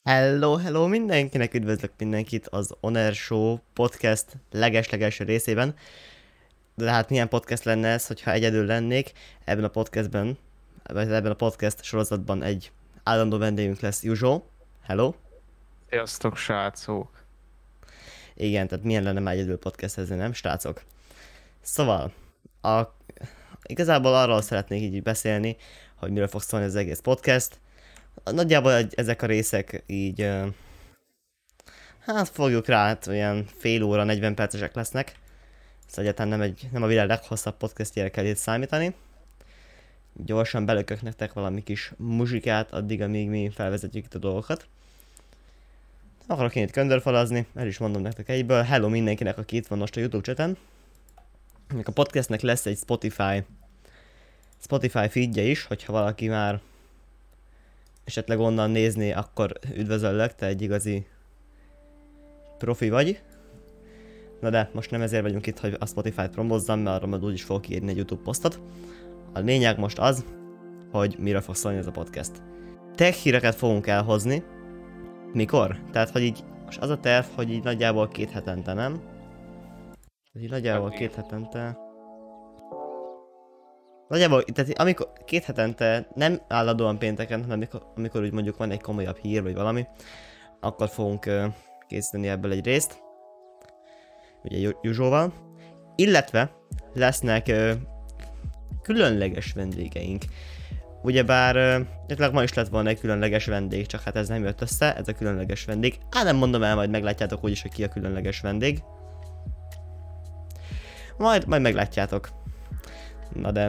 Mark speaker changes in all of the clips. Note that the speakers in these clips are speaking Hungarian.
Speaker 1: Hello mindenkinek, üdvözlök mindenkit az Honor Show podcast leges-legelső részében. De hát milyen podcast lenne ez, hogyha egyedül lennék? Ebben a podcastben, vagy ebben a podcast sorozatban egy állandó vendégünk lesz Juzsó. Hello.
Speaker 2: Sziasztok, srácok!
Speaker 1: Igen, tehát milyen lenne már egyedül podcastezni, nem, srácok? Szóval, igazából arról szeretnék így beszélni, hogy miről fog szólni az egész podcast. Nagyjából ezek a részek így, hát fogjuk rá, hát olyan fél óra, 40 percesek lesznek. Szóval egyáltalán nem a világ leghosszabb podcastjére kell itt számítani. Gyorsan belökök nektek valami kis muzsikát, addig, amíg mi felvezetjük itt a dolgokat. Nem akarok én itt köndörfalazni, el is mondom nektek egyből. Hello mindenkinek, aki itt van most a YouTube chaten. A podcastnek lesz egy Spotify feedje is, hogyha valaki már esetleg onnan nézni, akkor üdvözöllek, te egy igazi profi vagy. Na de, most nem ezért vagyunk itt, hogy a Spotify-t promózzam, mert arra majd úgyis fogok írni egy YouTube posztot. A lényeg most az, hogy miről fog szólni ez a podcast. Tech híreket fogunk elhozni. Mikor? Tehát, hogy így, most az a terv, hogy így nagyjából 2 hetente, nem? Így nagyjából 2 hetente... Nagyjából, tehát amikor 2 hetente, nem állandóan pénteken, hanem amikor úgy mondjuk van egy komolyabb hír, vagy valami, akkor fogunk készíteni ebből egy részt. Ugye Juzsóval. Illetve lesznek különleges vendégeink. Ugyebár esetleg ma is lett volna egy különleges vendég, csak hát ez nem jött össze, ez a különleges vendég. Nem mondom el, majd meglátjátok úgyis, hogy ki a különleges vendég. Majd meglátjátok. Na de...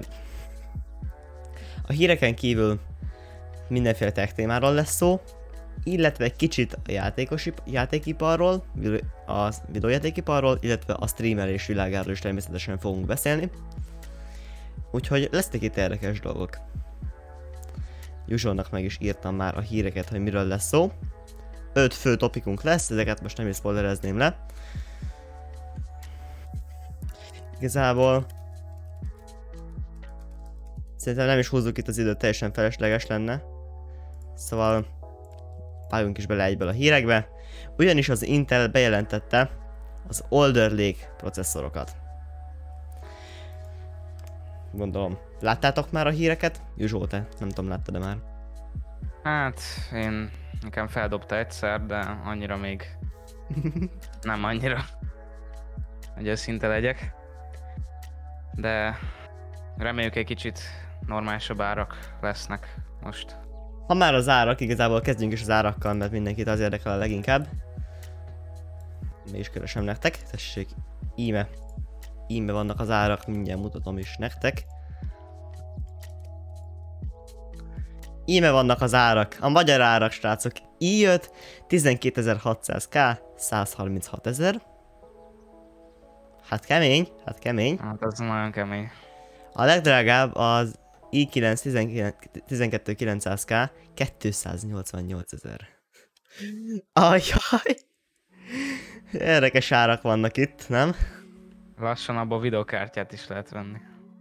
Speaker 1: A híreken kívül mindenféle tech témáról lesz szó, illetve egy kicsit a játékiparról, a videójátékiparról, illetve a streamelés világáról is természetesen fogunk beszélni. Úgyhogy lesznek itt érdekes dolgok. Juzsónak meg is írtam már a híreket, hogy miről lesz szó. 5 fő topikunk lesz, ezeket most nem is spoilerezném le. Igazából szerintem nem is húzzuk itt az időt, teljesen felesleges lenne. Szóval vágjunk is bele egyből a hírekbe. Ugyanis az Intel bejelentette az Alder Lake processzorokat. Gondolom, láttátok már a híreket? Juzsó, te nem tudom, láttad-e már?
Speaker 2: Hát, nekem feldobta egyszer, de annyira még nem annyira, hogy őszinte legyek. De reméljük egy kicsit normálisabb árak lesznek most.
Speaker 1: Ha már az árak, igazából kezdjünk is az árakkal, mert mindenkit az érdekel a leginkább. Meg is keresem nektek, tessék, íme vannak az árak, mindjárt mutatom is nektek. Íme vannak az árak, a magyar árak, srácok. i5 12600K, 136 000. Hát kemény.
Speaker 2: Hát az nagyon kemény.
Speaker 1: A legdrágább az i9 12900K, 288 000. Ajjaj! Érdekes árak vannak itt, nem?
Speaker 2: Lassan abból videokártyát is lehet venni.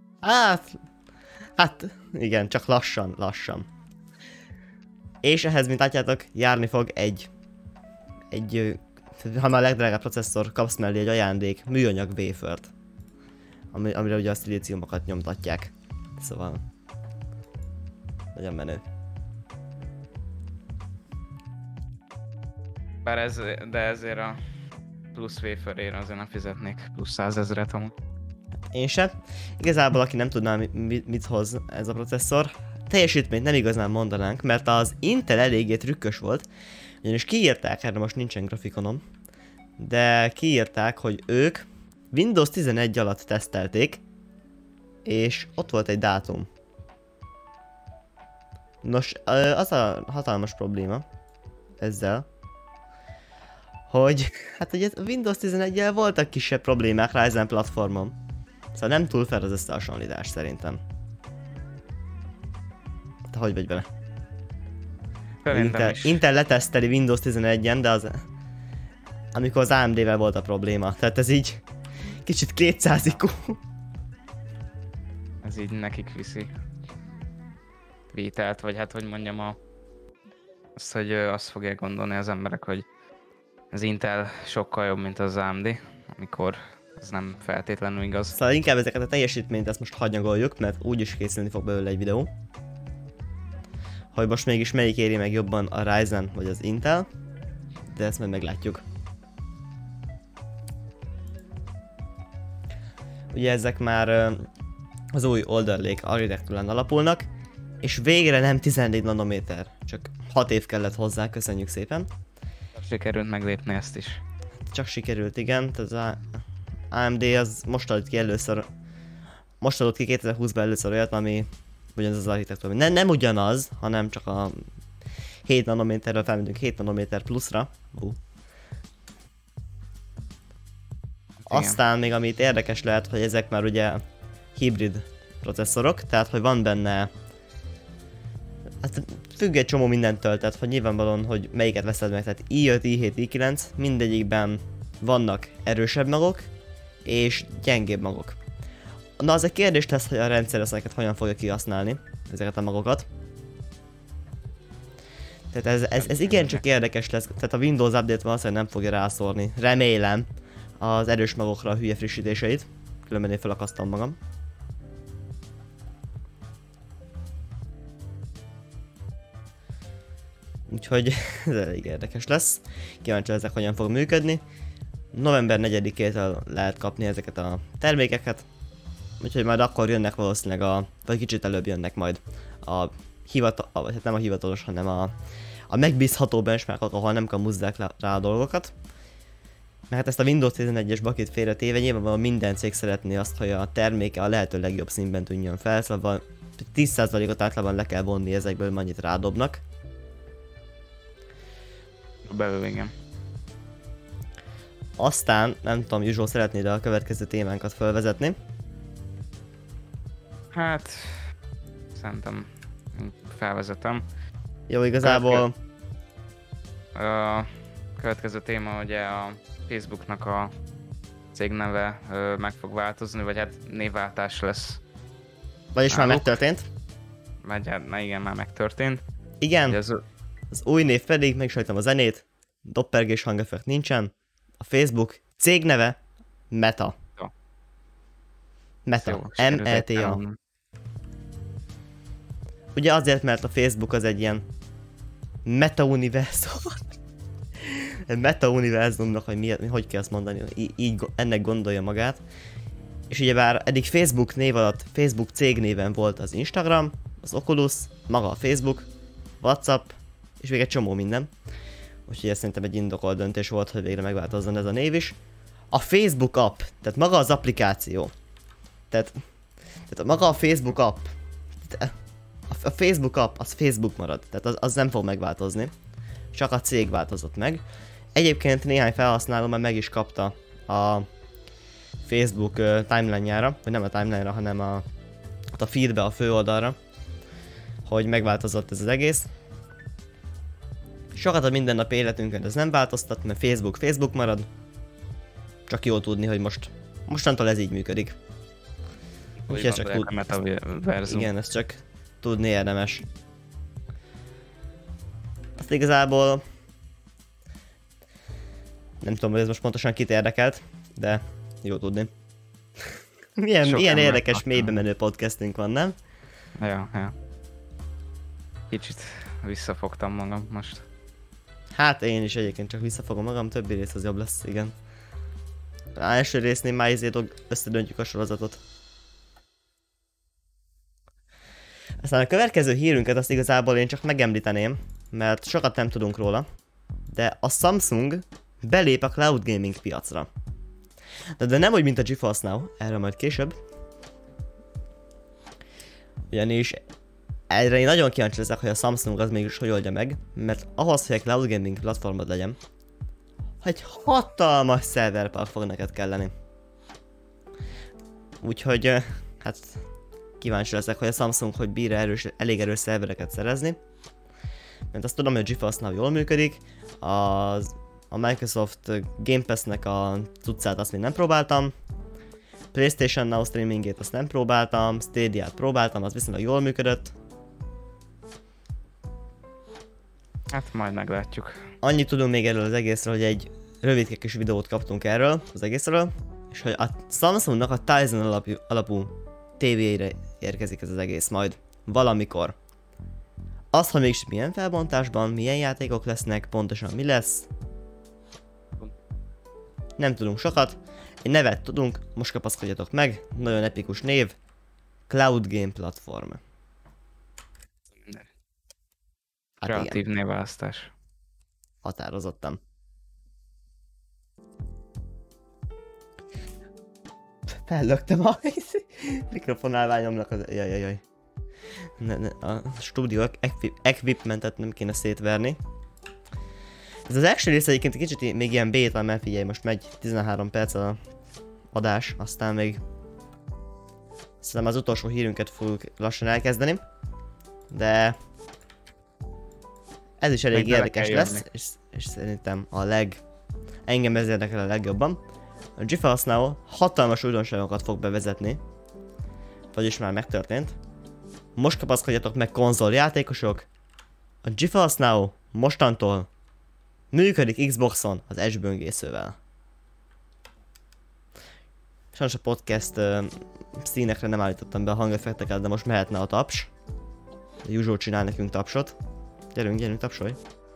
Speaker 1: Hát igen, csak lassan. És ehhez, mint látjátok, járni fog egy ha már a legdrágább processzor, kapsz mellé egy ajándék műanyag wafert, amire ugye a szilíciumokat nyomtatják. Szóval nagyon menő.
Speaker 2: De ezért a plusz waferért azért nem fizetnék plusz 100 000 amúgy.
Speaker 1: Én sem. Igazából, aki nem tudná, mit hoz ez a processzor, teljesítményt nem igazán mondanánk, mert az Intel eléggé trükkös volt, ugyanis kiírták, erre most nincsen grafikonom, de kiírták, hogy ők Windows 11 alatt tesztelték, és ott volt egy dátum. Nos, az a hatalmas probléma ezzel, hogy hát ugye Windows 11-jel voltak kisebb problémák rá ezen platformon. Szóval nem túl fel az összehasonlítás szerintem. Te hogy vagy vele? Intel leteszteli Windows 11-en, de az... amikor az AMD-vel volt a probléma. Tehát ez így... kicsit 200 IQ.
Speaker 2: Ez így nekik viszi vételt, vagy hát hogy mondjam hogy azt fogják gondolni az emberek, hogy az Intel sokkal jobb, mint az AMD, amikor ez nem feltétlenül igaz.
Speaker 1: Szóval inkább ezeket a teljesítményt ezt most hagyagoljuk, mert úgyis készülni fog belőle egy videó. Hogy most mégis melyik éri meg jobban, a Ryzen vagy az Intel, de ezt majd meglátjuk. Ugye ezek már az új Alder Lake architektúrán alapulnak, és végre nem 14 nanométer, csak 6 év kellett hozzá, köszönjük szépen.
Speaker 2: Sikerült meglépni ezt is.
Speaker 1: Csak sikerült, igen, tehát az AMD az most adott ki 2020-ban először olyat, ami ugyanaz az architektúra. Nem ugyanaz, hanem csak a 7 nanométerről felmentünk 7 nanométer pluszra. Aztán még amit érdekes lehet, hogy ezek már ugye hibrid processzorok, tehát hogy van benne, hát függ egy csomó mindentől, tehát hogy nyilvánvalóan, hogy melyiket veszed meg, tehát i5, i7, i9, mindegyikben vannak erősebb magok és gyengébb magok. Na az egy kérdés lesz, hogy a rendszer ezeket hogyan fogja kihasználni, ezeket a magokat. Tehát ez igencsak érdekes lesz, tehát a Windows Update valószínűleg nem fogja rászórni, remélem, az erős magokra a hülye frissítéseit, különben én felakasztom magam. Úgyhogy ez elég érdekes lesz, kíváncsi ezek hogyan fog működni. November 4-től lehet kapni ezeket a termékeket, úgyhogy majd akkor jönnek valószínűleg vagy kicsit előbb jönnek majd a vagy hát nem a hivatalos, hanem a megbízható benchmarkok, ahol nem kamuzzák rá a dolgokat. Mert hát ezt a Windows 11-es bakit félretéve nyilvánvalóan minden cég szeretné azt, hogy a terméke a lehető legjobb színben tűnjön fel, szóval 10%-ot általában le kell vonni ezekből, mennyit rádobnak.
Speaker 2: Belül, igen.
Speaker 1: Aztán, nem tudom, Józsó, szeretnéd a következő témánkat felvezetni?
Speaker 2: Hát, szerintem felvezetem.
Speaker 1: Jó, igazából...
Speaker 2: A következő téma ugye a Facebooknak a cégneve meg fog változni, vagy hát névváltás lesz.
Speaker 1: Vagyis már megtörtént?
Speaker 2: Vagy hát, igen, már megtörtént.
Speaker 1: Igen, az új név pedig, megsajtom a zenét, doppergés hangeffekt nincsen, a Facebook cégneve Meta.
Speaker 2: Jó.
Speaker 1: Meta, M-E-T-A. Ugye azért, mert a Facebook az egy ilyen meta-univerzum. Meta-univerzumnak, hogy kell azt mondani, így ennek gondolja magát. És ugyebár eddig Facebook név alatt, Facebook cégnéven volt az Instagram, az Oculus, maga a Facebook, WhatsApp, és még egy csomó minden. Úgyhogy ez szerintem egy indokolt döntés volt, hogy végre megváltozzon ez a név is. A Facebook app, tehát maga az applikáció. Tehát maga a Facebook app. A Facebook app, az Facebook marad, tehát az nem fog megváltozni. Csak a cég változott meg. Egyébként néhány felhasználó már meg is kapta a Facebook timeline-jára, vagy nem a timeline-ra, hanem a feedbe, a főoldalra, hogy megváltozott ez az egész. Sokat a mindennapi életünkön ez nem változtat, mert Facebook marad. Csak jó tudni, hogy mostantól ez így működik.
Speaker 2: Úgy ez csak a metaverzum.
Speaker 1: Igen, ez csak tudni érdemes. Azt igazából nem tudom, hogy ez most pontosan kit érdekelt, de jó tudni. Ilyen érdekes, mélybe menő podcastünk van, nem?
Speaker 2: Ja. Kicsit visszafogtam magam most.
Speaker 1: Hát én is egyébként csak visszafogom magam, többi rész az jobb lesz, igen. Első résznél már összedöntjük a sorozatot. Aztán a következő hírünket azt igazából én csak megemlíteném, mert sokat nem tudunk róla, de a Samsung belép a cloud gaming piacra. De nem úgy, mint a GeForce Now, erről majd később. Ugyanis erre én nagyon kíváncsi leszek, hogy a Samsung az mégis hogy oldja meg, mert ahhoz, hogy egy cloud gaming platformod legyen, egy hatalmas szerverpark fog neked kelleni. Úgyhogy, hát kíváncsi leszek, hogy a Samsung hogy bír elég erős szervereket szerezni. Mert azt tudom, hogy a GeForce Now jól működik, a Microsoft Game Pass-nek a cuccát azt még nem próbáltam, PlayStation Now streamingét azt nem próbáltam, Stadia-t próbáltam, az viszonylag jól működött.
Speaker 2: Hát majd meglátjuk.
Speaker 1: Annyit tudunk még erről az egészről, hogy egy rövid kis videót kaptunk erről az egészről, és hogy a Samsungnak a Tizen alapú tévéjére érkezik ez az egész majd valamikor. Az, hogy mégis milyen felbontásban, milyen játékok lesznek, pontosan mi lesz, nem tudunk sokat. Egy nevet tudunk, most kapaszkodjatok meg, nagyon epikus név, Cloud Game Platform. Hát
Speaker 2: Kreatív
Speaker 1: igen,
Speaker 2: névválasztás.
Speaker 1: határozottan. Fellöktem a mikrofonálványomnak az... Jaj. A stúdió equipmentet nem kéne szétverni. Ez az első rész egyébként kicsit még ilyen béta, mert figyelj, most megy 13 perc a adás, aztán még szerintem az utolsó hírünket fogjuk lassan elkezdeni. De ez is elég
Speaker 2: Még
Speaker 1: érdekes
Speaker 2: kell
Speaker 1: lesz, és szerintem engem ez érdekel a legjobban. A GeForce Now hatalmas újdonságokat fog bevezetni, vagyis már megtörtént. Most kapaszkodjatok meg konzoljátékosok, a GeForce Now mostantól működik Xboxon az Edge böngészővel. Sajnos a podcast színekre nem állítottam be a hangeffekteket, de most mehetne a taps. A Usual csinál nekünk tapsot. Gyerünk, tapsolj.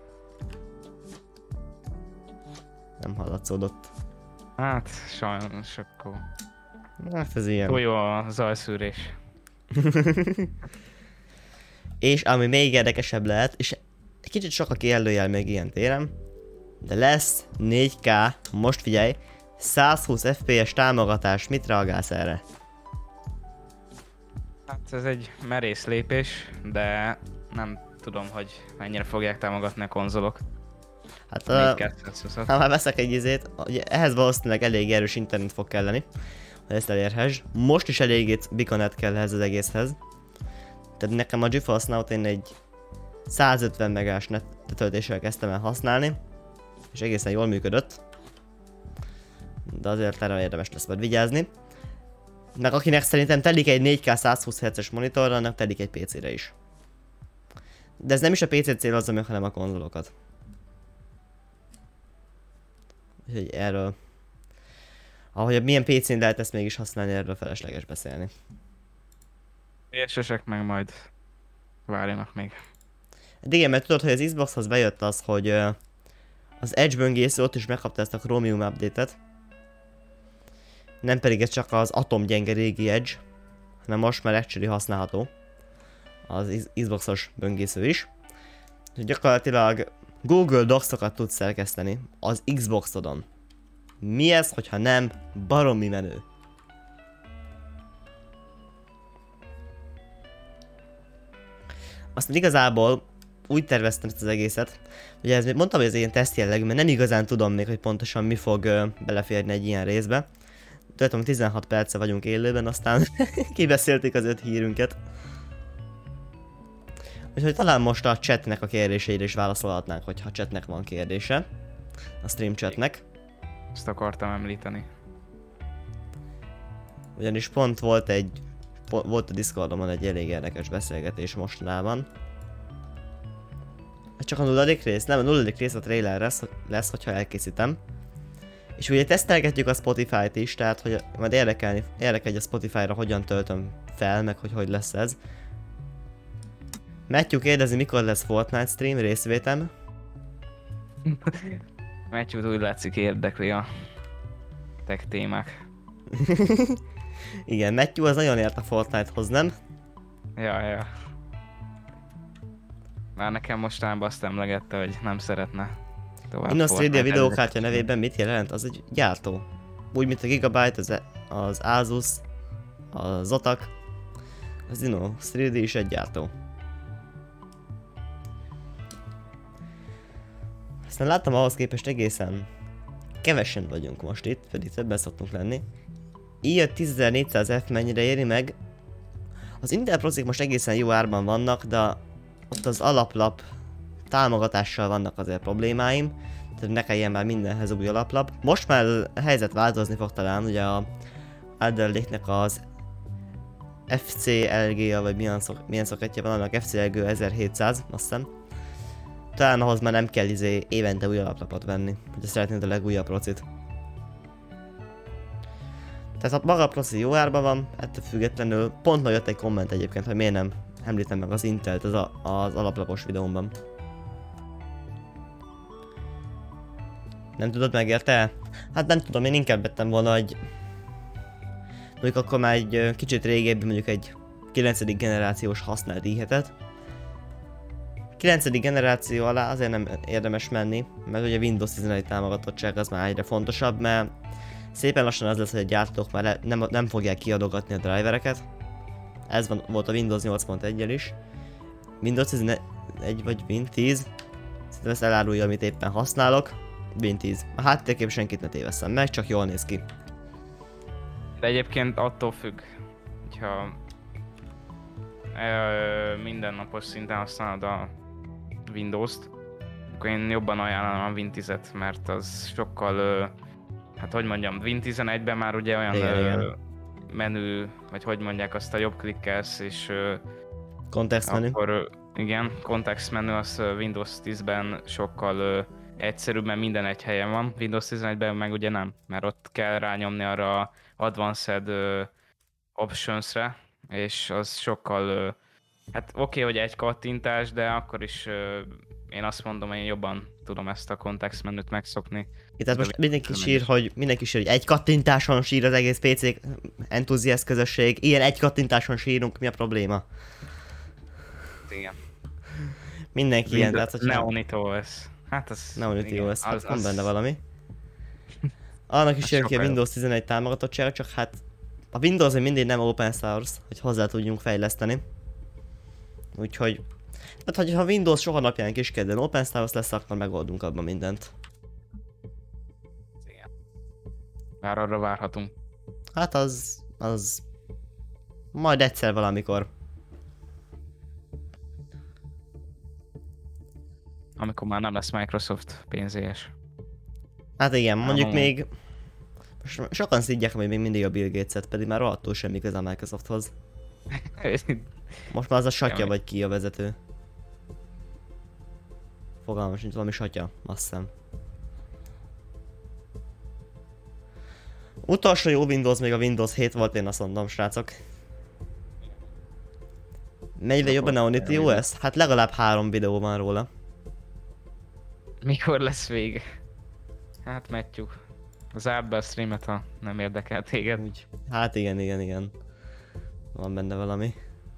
Speaker 1: Nem hallatszódott.
Speaker 2: Hát, sajnos akkor.
Speaker 1: Hát ez ilyen.
Speaker 2: Túl jó a zajszűrés.
Speaker 1: És ami még érdekesebb lehet, és egy kicsit sok a kijelölőjel még ilyen téren, de lesz 4K, most figyelj, 120 FPS támogatás, mit reagálsz erre?
Speaker 2: Hát ez egy merész lépés, de nem tudom, hogy mennyire fogják támogatni a konzolok.
Speaker 1: Hát ha már veszek egy izét, ugye ehhez valószínűleg elég erős internet fog kelleni, hogy ezt elérhess. Most is elég Biconet kell ehhez az egészhez. Tehát nekem a GeForce Now-t én egy 150 megás net töltéssel kezdtem el használni, és egészen jól működött. De azért erre érdemes lesz majd vigyázni. Meg akinek szerintem telik egy 4K 120 Hz-es monitorra, annak telik egy PC-re is. De ez nem is a PC-t célozza meg, hanem a konzolokat. Úgyhogy erről... Ahogy milyen PC-n lehet ezt mégis használni, erről felesleges beszélni.
Speaker 2: PS-esek meg majd várjanak még.
Speaker 1: De igen, mert tudod, hogy az Xboxhoz bejött az, hogy az Edge böngésző ott is megkapta ezt a Chromium update-et. Nem pedig ez csak az atomgyenge régi Edge, hanem most már actually használható az Xboxos böngésző is. Úgyhogy gyakorlatilag Google Docs-okat tudsz szerkeszteni az Xboxodon. Mi ez, hogyha nem baromi menő? Aztán igazából úgy terveztem ezt az egészet, hogy ez mondtam, hogy ez ilyen teszt jellegű, mert nem igazán tudom még, hogy pontosan mi fog beleférni egy ilyen részbe. Tudom, 16 perce vagyunk élőben, aztán kibeszélték az 5 hírünket. Úgyhogy talán most a chatnek a kérdéseire is válaszolhatnánk, hogyha a chatnek van kérdése. A stream chatnek.
Speaker 2: Ezt akartam említeni.
Speaker 1: Ugyanis pont volt a Discordon egy elég érdekes beszélgetés mostanában. Csak a nulladik rész? Nem, a nulladik rész a trailer lesz, hogyha elkészítem. És ugye tesztelgetjük a Spotify-t is, tehát hogy majd érdekel, hogy a Spotify-ra hogyan töltöm fel, meg hogy lesz ez. Matthew kérdezi, mikor lesz Fortnite stream részvétem.
Speaker 2: Matthew úgy látszik érdekli a tech témák.
Speaker 1: Igen, Matthew az nagyon ért a Fortnite-hoz, nem?
Speaker 2: Ja. Már nekem mostanában azt emlegette, hogy nem szeretne tovább
Speaker 1: Innos 3D
Speaker 2: Fortnite
Speaker 1: videókártya nevében mit jelent? Az egy gyártó. Úgy, mint a Gigabyte, az Asus, a Zotac. Az Innos 3D is egy gyártó. Aztán láttam ahhoz képest egészen kevesen vagyunk most itt, pedig többen szoktunk lenni. Így a 10400F mennyire éri meg? Az Intel procik most egészen jó árban vannak, de ott az alaplap támogatással vannak azért problémáim. Tehát ne kelljen már mindenhez új alaplap. Most már a helyzet változni fog talán, ugye a Alder Lake-nek az FCLG-ja, vagy milyen szoketje van annak, FCLG 1700, azt hiszem. talán ahhoz már nem kell évente új alaplapot venni, hogyha szeretnéd a legújabb procit. Tehát maga a proci jó árban van, ettől függetlenül pont ma jött egy komment egyébként, hogy miért nem említem meg az Intelt az alaplapos videómban. Nem tudod, megérte? Hát nem tudom, én inkább vettem volna egy... Mondjuk akkor már egy kicsit régebbi, mondjuk egy 9. generációs használt i7-et. 9. generáció alá azért nem érdemes menni, mert ugye Windows 11 támogatottság az már egyre fontosabb, mert szépen lassan az lesz, hogy a gyártók már nem fogják kiadogatni a drivereket. Ez volt a Windows 8.1-jel is. Windows 11 vagy Win 10. Szerintem ezt elárulja, amit éppen használok. Win 10. A háttérkép senkit ne tévesszem meg, csak jól néz ki.
Speaker 2: De egyébként attól függ, hogyha mindennapos szinten használod a Windows-t, akkor én jobban ajánlom a Win 10-et, mert az sokkal, hát hogy mondjam, Win 11-ben már ugye olyan
Speaker 1: igen.
Speaker 2: menü, vagy hogy mondják, azt a jobb klikkelsz, és
Speaker 1: Context menü.
Speaker 2: akkor igen, context menü az Windows 10-ben sokkal egyszerűbb, mert minden egy helyen van. Windows 11-ben meg ugye nem, mert ott kell rányomni arra Advanced Options-re, és az sokkal, hát oké, hogy egy kattintás, de akkor is én azt mondom, hogy én jobban tudom ezt a context menüt megszokni.
Speaker 1: Tehát most mindenki sír, hogy egy kattintáson sír az egész PC entuziast közösség. Ilyen egy kattintáson sírunk, mi a probléma?
Speaker 2: Igen.
Speaker 1: Mindenki ilyen, tehát hogyha...
Speaker 2: Neonito OS. Hát az...
Speaker 1: Neonito OS, hát van benne valami. Annak is jön ki a Windows 11 támogatottsága, csak hát a Windows mindig nem open source, hogy hozzá tudjunk fejleszteni. Úgyhogy... Tehát, ha Windows soha napján kiskedden open source lesz, akkor megoldunk abban mindent.
Speaker 2: Igen. Már arra várhatunk.
Speaker 1: Hát az... Majd egyszer valamikor.
Speaker 2: Amikor már nem lesz Microsoft pénzéhes.
Speaker 1: Hát igen, mondjuk még... Most sokan szidják még mindig a Bill Gates-et, pedig már rohadtul semmi köze a Microsofthoz. Most már az a satya vagy ki a vezető. Fogalmas nincs, valami satya, azt hiszem. Utolsó jó Windows még a Windows 7 volt, én azt mondom, srácok. Mennyivel jobb a Neonity OS? Hát legalább 3 videó van róla.
Speaker 2: Mikor lesz vége? Hát Matthew. Zárd be a streamet, ha nem érdekel téged.
Speaker 1: Úgy. Hát igen. Van benne valami.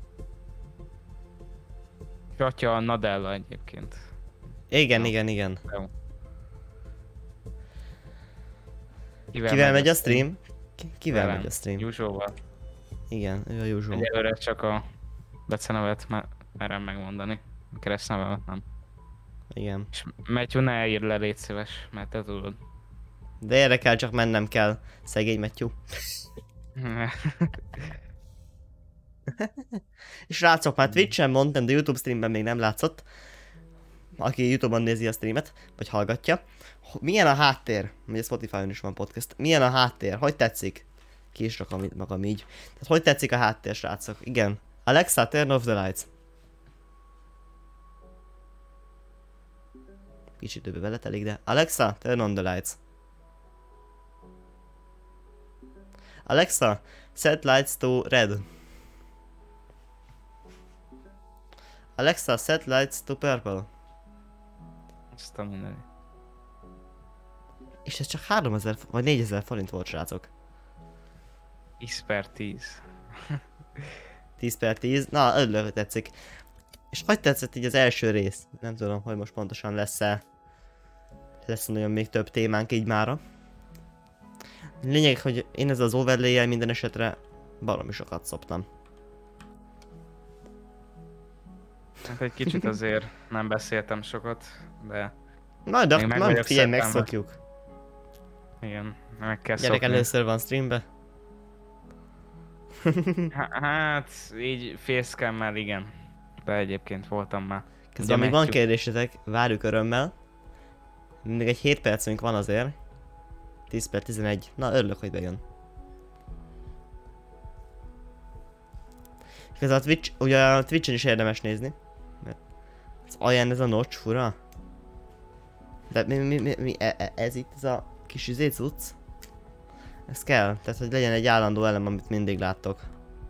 Speaker 2: Satya a Nadella egyébként.
Speaker 1: Igen.
Speaker 2: Jó.
Speaker 1: Kivel megy a stream? Kivel
Speaker 2: Velem.
Speaker 1: megy a stream?
Speaker 2: Józsóval.
Speaker 1: Igen, ő a Józsó.
Speaker 2: Egyelőre csak a becenevet merem megmondani. A keresztnevemet nem.
Speaker 1: Igen.
Speaker 2: És Matthew, ne írd le, légy szíves, mert te tudod.
Speaker 1: De érdekel, csak mennem kell. Szegény Matthew. És srácok, már Twitch-en mondtam, de YouTube streamben még nem látszott. Aki YouTube-on nézi a streamet, vagy hallgatja. Milyen a háttér? Ugye Spotify-on is van podcast. Milyen a háttér? Hogy tetszik? Ki is rakom magam így. Tehát hogy tetszik a háttér, srácok? Igen. Alexa, turn off the lights. Kicsit időbe beletelik, de... Alexa, turn on the lights. Alexa, set lights to red. Alexa, set lights to purple.
Speaker 2: Azt a mindenit.
Speaker 1: És ez csak 3000 vagy 4000 forint volt, srácok.
Speaker 2: 10 per 10.
Speaker 1: 10/10. Na, örülök, hogy tetszik. És hogy tetszett így az első rész? Nem tudom, hogy most pontosan lesz-e nagyon még több témánk így mára. Lényeg, hogy én ezzel az overlay-jel minden esetre baromi sokat szoptam.
Speaker 2: Hát egy kicsit azért nem beszéltem sokat, de...
Speaker 1: Majd
Speaker 2: vagyok
Speaker 1: figyelj,
Speaker 2: szedben,
Speaker 1: megszokjuk.
Speaker 2: Igen, meg kell
Speaker 1: Gyerek
Speaker 2: szokni.
Speaker 1: először van streambe.
Speaker 2: Hát, így facecam-mel igen. De egyébként voltam már.
Speaker 1: Közben még van kérdésetek, várjuk örömmel. Még egy 7 percünk van azért. 10/11. Na, örülök, hogy bejön. Közben a Twitch, ugye a Twitch-en is érdemes nézni. Mert az alján ez a notch fura. De ez itt, ez a kis cucc? Ez kell, tehát hogy legyen egy állandó elem, amit mindig láttok.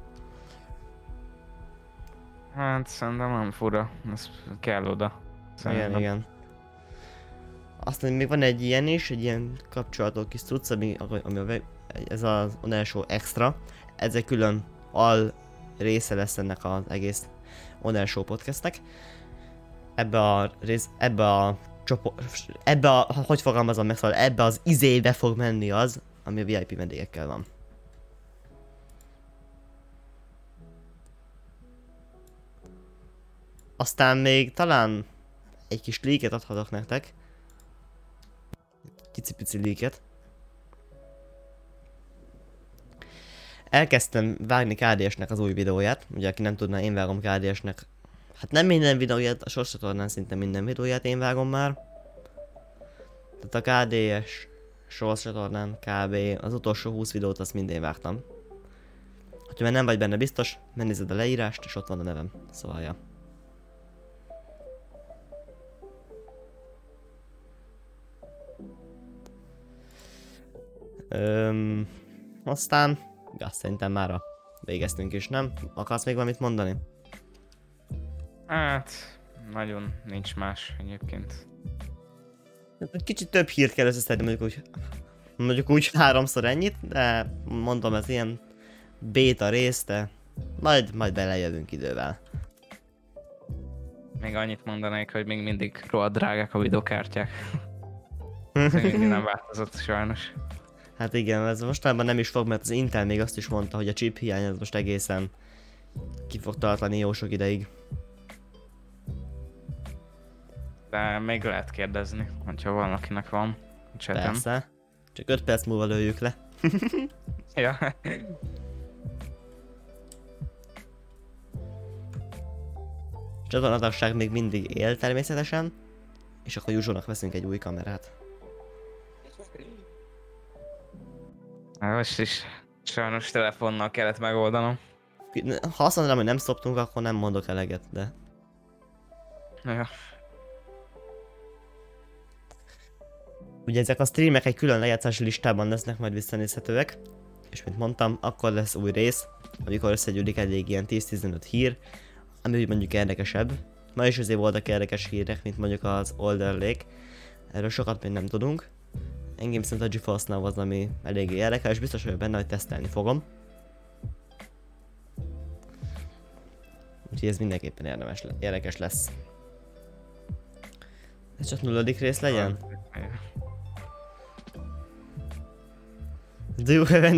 Speaker 2: Hát szerintem nem fura, ez kell oda. Szerintem.
Speaker 1: Igen. Aztán még van egy ilyen is, egy ilyen kapcsolató kis cucc, ami ez az Onelshow Extra. Ez egy külön al része lesz ennek az egész Onelshow podcastnek. Hogy fogalmazom meg, szóval ebbe az izébe fog menni az, ami a VIP vendégekkel van. Aztán még talán egy kis leaket adhatok nektek. Kicipici leaket. Elkezdtem vágni KDS-nek az új videóját. Ugye aki nem tudná, én vágom KDS-nek. Hát nem minden videóját, a Source csatornán szinte minden videóját én vágom már. Tehát a KDS Source csatornán kb. Az utolsó 20 videót azt mind én vágtam. Ha már nem vagy benne biztos, megnézed a leírást és ott van a nevem. Szóval ja. Aztán, azt szerintem már végeztünk is, nem? Akarsz még valamit mondani?
Speaker 2: Hát, nagyon nincs más egyébként.
Speaker 1: Egy kicsit több hírt kell összeszedni, mondjuk úgy 3-szor ennyit, de mondom, ez ilyen béta rész, de majd belejövünk idővel.
Speaker 2: Még annyit mondanék, hogy még mindig rohadt drágák a videokártyák. Ez még mindig nem változott sajnos.
Speaker 1: Hát igen, ez mostanában nem is fog, mert az Intel még azt is mondta, hogy a chip hiány az most egészen ki fog tartani jó sok ideig.
Speaker 2: De még lehet kérdezni, hogyha valakinek van chatem.
Speaker 1: Persze. Csak 5 perc múlva lőjük le.
Speaker 2: Ja.
Speaker 1: Csatornatagság még mindig él természetesen. És akkor Juzsónak veszünk egy új kamerát.
Speaker 2: Most is sajnos telefonnal kellett megoldanom.
Speaker 1: Ha azt mondanám, hogy nem szoptunk, akkor nem mondok eleget, de...
Speaker 2: Ja.
Speaker 1: Ugye ezek a streamek egy külön lejátszási listában lesznek majd visszanézhetőek. És mint mondtam, akkor lesz új rész, amikor összegyűlik elég ilyen 10-15 hír, ami úgy mondjuk érdekesebb. Ma is azért voltak érdekes hírek, mint mondjuk az Older Lake. Erről sokat még nem tudunk. Engem viszont a GeForce-nál az, ami eléggé érdekel, és biztos vagyok benne, hogy tesztelni fogom. Úgyhogy ez mindenképpen érdekes lesz. Ez csak 0. rész legyen? Do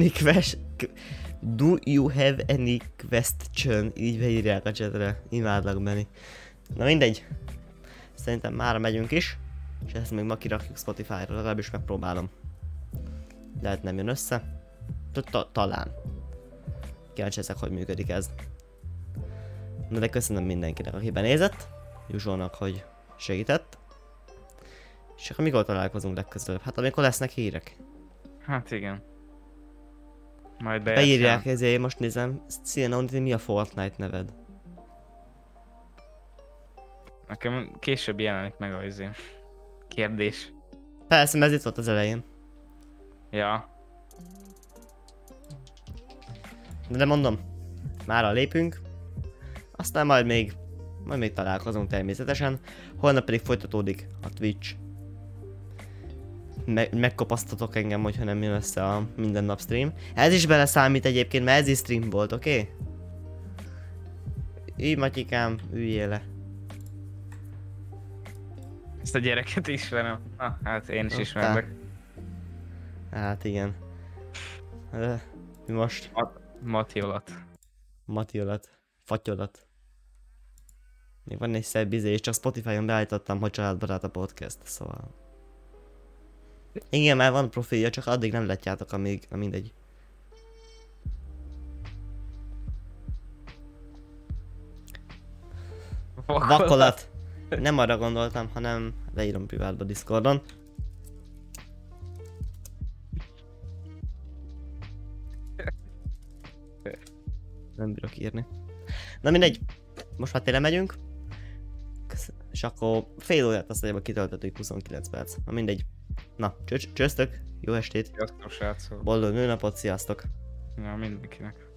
Speaker 1: you have any question? Így beírják a chatre. Imádlak Benni. Na mindegy. Szerintem már megyünk is. És ezt még ma kirakjuk Spotify-ra, legalábbis megpróbálom. Lehet nem jön össze. Talán. Kíváncsi leszek, hogy működik ez. Na de köszönöm mindenkinek, aki benézett. Juzsónak, hogy segített. És akkor mikor találkozunk legközelebb? Hát amikor lesznek hírek.
Speaker 2: Hát igen. Majd
Speaker 1: beírják, ezért most nézem. Szia, mi a Fortnite neved?
Speaker 2: Nekem később jelenik meg a kérdés.
Speaker 1: Persze, mert ez itt volt az elején.
Speaker 2: Ja.
Speaker 1: De mondom, mára lépünk. Aztán majd még találkozunk természetesen. Holnap pedig folytatódik a Twitch. Megkopasztatok engem, hogyha nem jön össze a minden nap stream. Ez is beleszámít egyébként, mert ez is stream volt, oké? Okay? Így Matyikám, üljél le.
Speaker 2: Ezt a gyereket ismerem. Hát én is ismerlek.
Speaker 1: Hát igen. Mi most?
Speaker 2: Matyolat.
Speaker 1: Matyolat. Fatyolat. Még van egy szebb izé, és csak Spotify-on beállítottam, hogy családbarát a podcast, szóval... Igen, már van profilja, csak addig nem látjátok, amíg... Na mindegy. Vakolat! Nem arra gondoltam, hanem leírom privátba Discordon. Nem bírok írni. Na mindegy, most már tényleg megyünk. És akkor fél órát azt mondja, kitöltöttük 29 perc. Na mindegy. Na, csöztök, jó estét,
Speaker 2: Sziasztok, srácok.
Speaker 1: boldog nőnapot, sziasztok!
Speaker 2: Ja, mindenkinek.